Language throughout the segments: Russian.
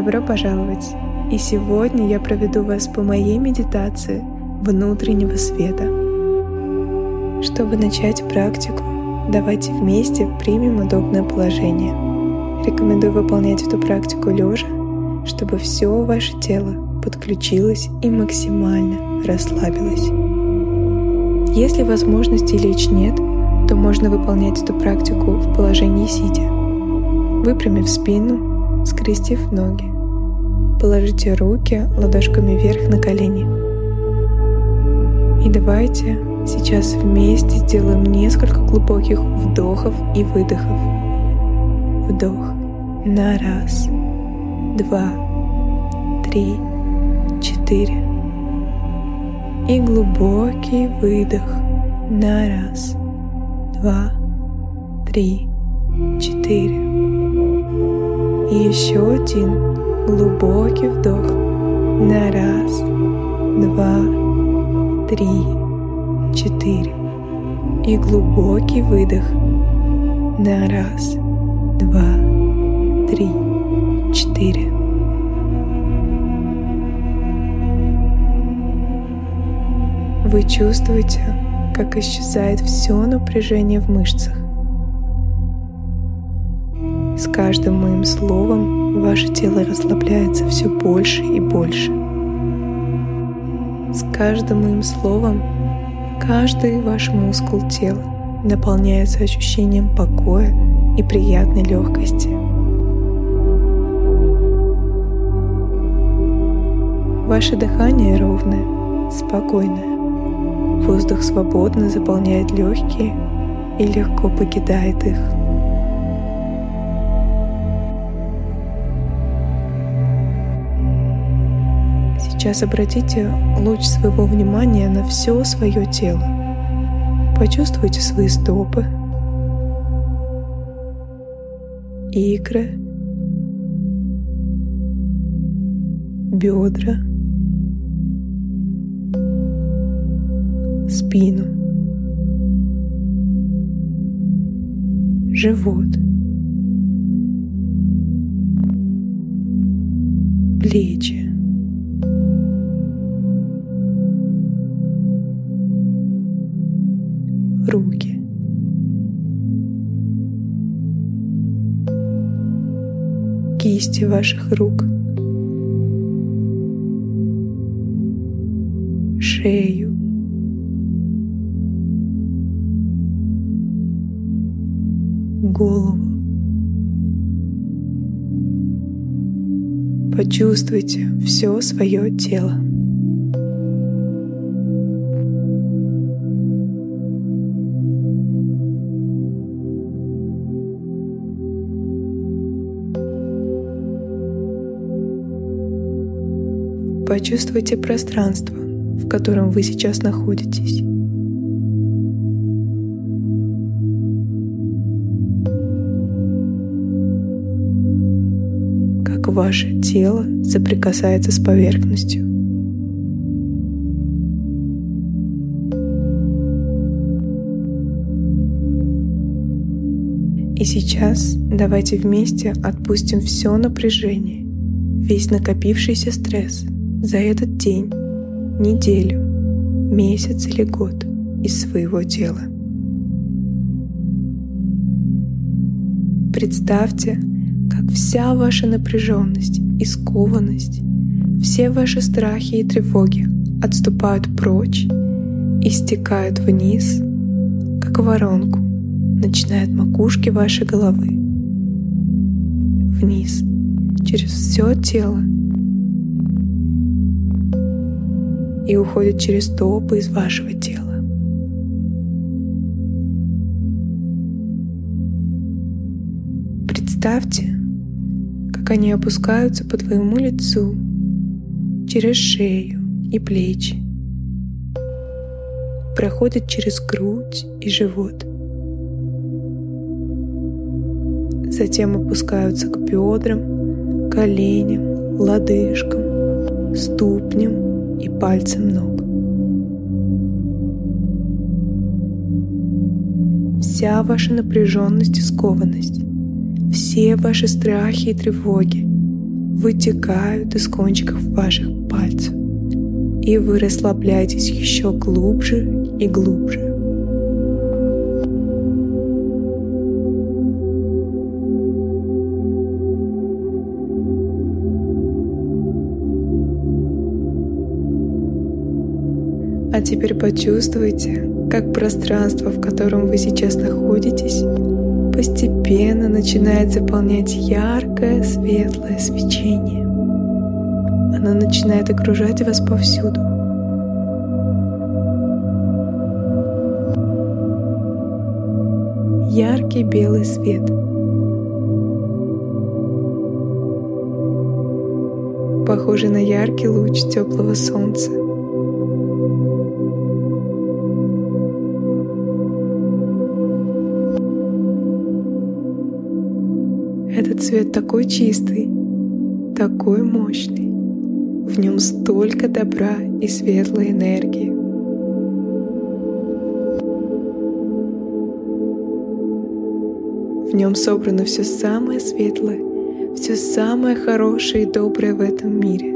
Добро пожаловать! И сегодня я проведу вас по моей медитации внутреннего света. Чтобы начать практику, давайте вместе примем удобное положение. Рекомендую выполнять эту практику лежа, чтобы все ваше тело подключилось и максимально расслабилось. Если возможности лечь нет, то можно выполнять эту практику в положении сидя. Выпрямив спину, скрестив ноги. Положите руки ладошками вверх на колени. И давайте сейчас вместе сделаем несколько глубоких вдохов и выдохов. Вдох на 1, 2, 3, 4. И глубокий выдох на 1, 2, 3, 4. И еще один глубокий вдох на 1, 2, 3, 4. И глубокий выдох на 1, 2, 3, 4. Вы чувствуете, как исчезает все напряжение в мышцах. С каждым моим словом ваше тело расслабляется все больше и больше. С каждым моим словом каждый ваш мускул тела наполняется ощущением покоя и приятной легкости. Ваше дыхание ровное, спокойное. Воздух свободно заполняет легкие и легко покидает их. Сейчас обратите луч своего внимания на все свое тело. Почувствуйте свои стопы, икры, бедра, спину, живот, плечи, руки, кисти ваших рук, шею, голову. Почувствуйте все свое тело. Почувствуйте пространство, в котором вы сейчас находитесь. Как ваше тело соприкасается с поверхностью. И сейчас давайте вместе отпустим все напряжение, весь накопившийся стресс за этот день, неделю, месяц или год из своего тела. Представьте, как вся ваша напряженность и скованность, все ваши страхи и тревоги отступают прочь и стекают вниз, как воронку, начиная от макушки вашей головы, вниз, через все тело, и уходит через стопы из вашего тела. Представьте, как они опускаются по твоему лицу, через шею и плечи, проходят через грудь и живот, затем опускаются к бедрам, коленям, лодыжкам, ступням и пальцем ног. Вся ваша напряженность и скованность, все ваши страхи и тревоги вытекают из кончиков ваших пальцев, и вы расслабляетесь еще глубже и глубже. А теперь почувствуйте, как пространство, в котором вы сейчас находитесь, постепенно начинает заполнять яркое светлое свечение. Оно начинает окружать вас повсюду. Яркий белый свет. Похожий на яркий луч теплого солнца. Этот свет такой чистый, такой мощный. В нем столько добра и светлой энергии. В нем собрано все самое светлое, все самое хорошее и доброе в этом мире.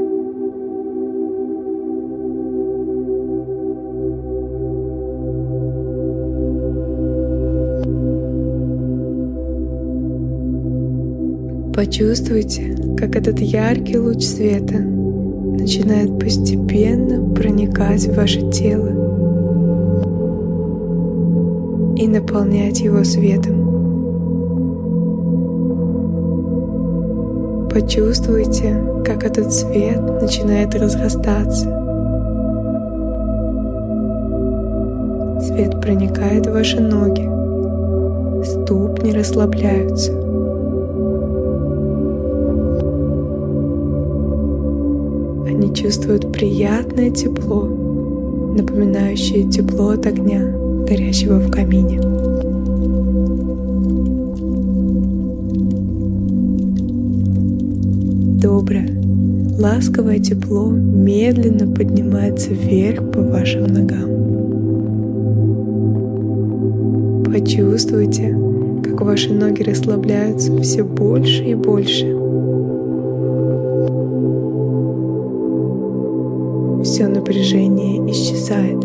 Почувствуйте, как этот яркий луч света начинает постепенно проникать в ваше тело и наполнять его светом. Почувствуйте, как этот свет начинает разрастаться. Свет проникает в ваши ноги, ступни расслабляются. Они чувствуют приятное тепло, напоминающее тепло от огня, горящего в камине. Доброе, ласковое тепло медленно поднимается вверх по вашим ногам. Почувствуйте, как ваши ноги расслабляются все больше и больше. Все напряжение исчезает.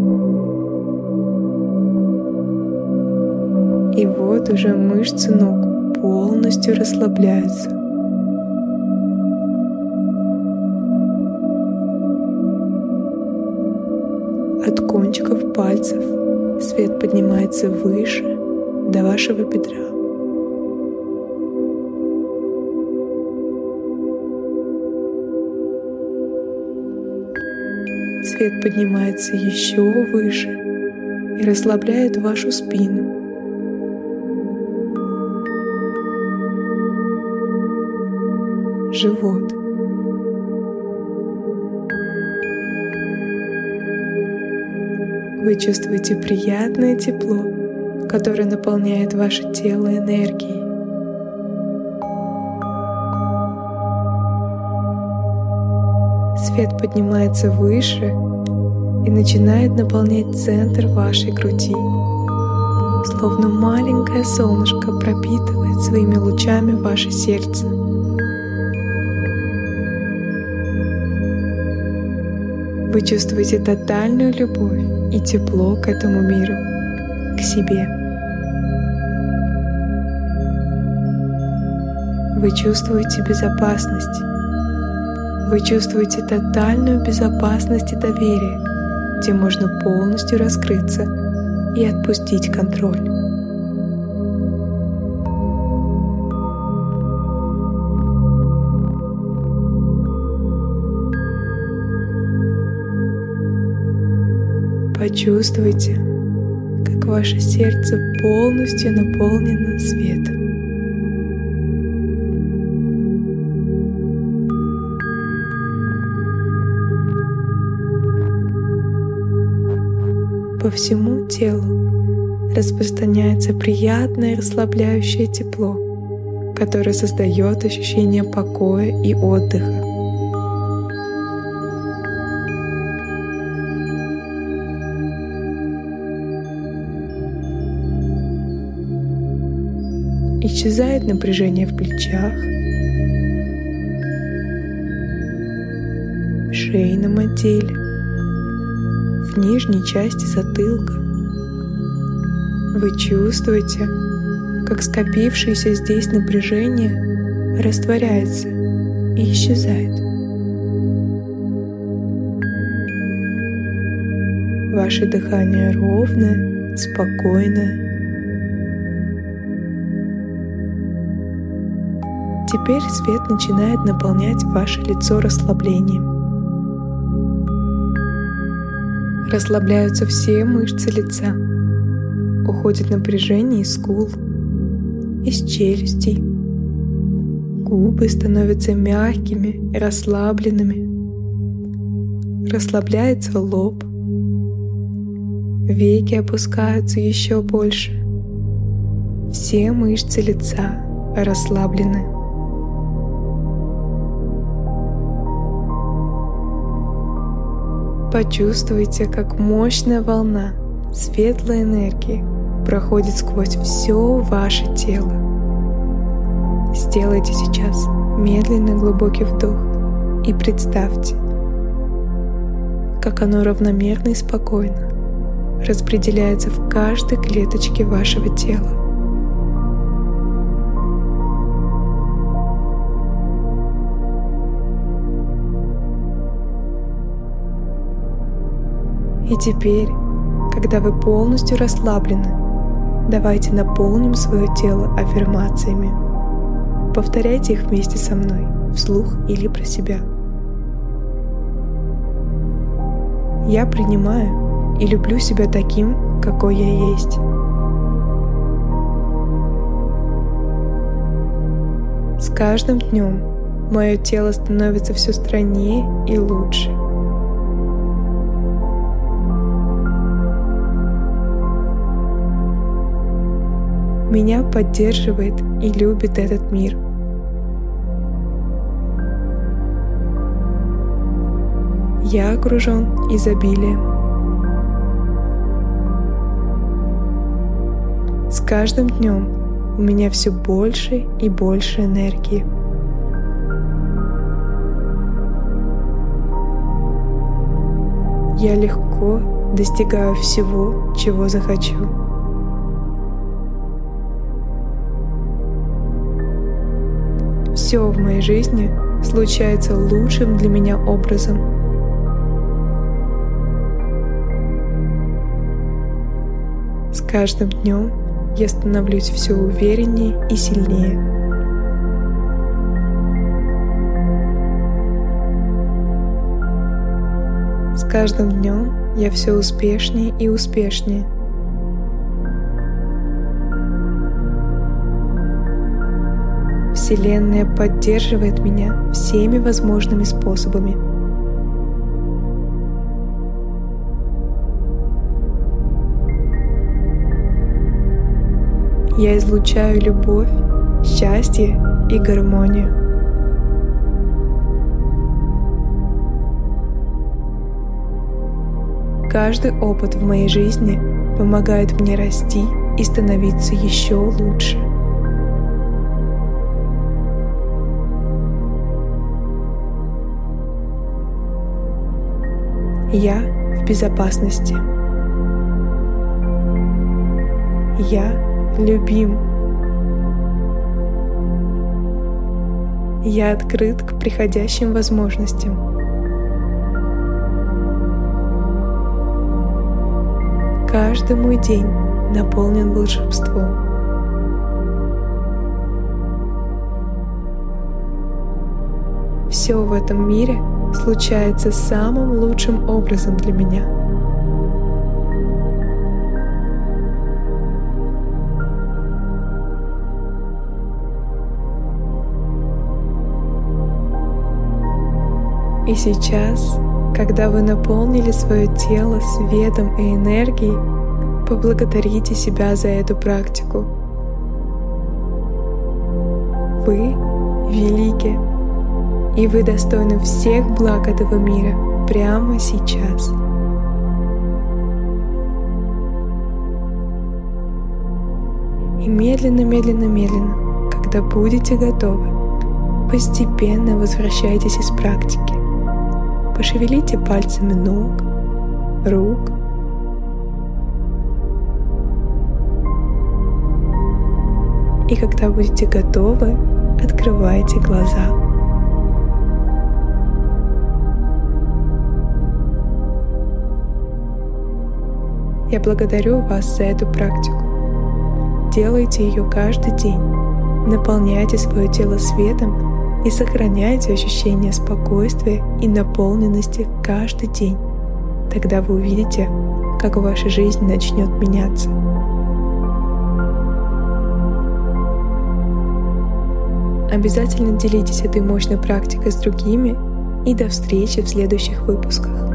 И вот уже мышцы ног полностью расслабляются. От кончиков пальцев свет поднимается выше до вашего бедра. Свет поднимается еще выше и расслабляет вашу спину. Живот. Вы чувствуете приятное тепло, которое наполняет ваше тело энергией. Свет поднимается выше и начинает наполнять центр вашей груди. Словно маленькое солнышко пропитывает своими лучами ваше сердце. Вы чувствуете тотальную любовь и тепло к этому миру, к себе. Вы чувствуете безопасность. Вы чувствуете тотальную безопасность и доверие, где можно полностью раскрыться и отпустить контроль. Почувствуйте, как ваше сердце полностью наполнено светом. По всему телу распространяется приятное расслабляющее тепло, которое создает ощущение покоя и отдыха. Исчезает напряжение в плечах, шейном отделе, в нижней части затылка. Вы чувствуете, как скопившееся здесь напряжение растворяется и исчезает. Ваше дыхание ровное, спокойное. Теперь свет начинает наполнять ваше лицо расслаблением. Расслабляются все мышцы лица. Уходит напряжение из скул, из челюстей. Губы становятся мягкими и расслабленными. Расслабляется лоб. Веки опускаются еще больше. Все мышцы лица расслаблены. Почувствуйте, как мощная волна светлой энергии проходит сквозь все ваше тело. Сделайте сейчас медленный глубокий вдох и представьте, как оно равномерно и спокойно распределяется в каждой клеточке вашего тела. И теперь, когда вы полностью расслаблены, давайте наполним свое тело аффирмациями. Повторяйте их вместе со мной, вслух или про себя. Я принимаю и люблю себя таким, какой я есть. С каждым днем мое тело становится все стройнее и лучше. Меня поддерживает и любит этот мир. Я окружен изобилием. С каждым днем у меня все больше и больше энергии. Я легко достигаю всего, чего захочу. Все в моей жизни случается лучшим для меня образом. С каждым днем я становлюсь все увереннее и сильнее. С каждым днем я все успешнее и успешнее. Вселенная поддерживает меня всеми возможными способами. Я излучаю любовь, счастье и гармонию. Каждый опыт в моей жизни помогает мне расти и становиться еще лучше. Я в безопасности. Я любим. Я открыт к приходящим возможностям. Каждый мой день наполнен волшебством. Все в этом мире случается самым лучшим образом для меня. И сейчас, когда вы наполнили свое тело светом и энергией, поблагодарите себя за эту практику. Вы велики, и вы достойны всех благ этого мира прямо сейчас. И медленно, когда будете готовы, постепенно возвращайтесь из практики. Пошевелите пальцами ног, рук. И когда будете готовы, открывайте глаза. Я благодарю вас за эту практику. Делайте ее каждый день. Наполняйте свое тело светом и сохраняйте ощущение спокойствия и наполненности каждый день. Тогда вы увидите, как ваша жизнь начнет меняться. Обязательно делитесь этой мощной практикой с другими и до встречи в следующих выпусках.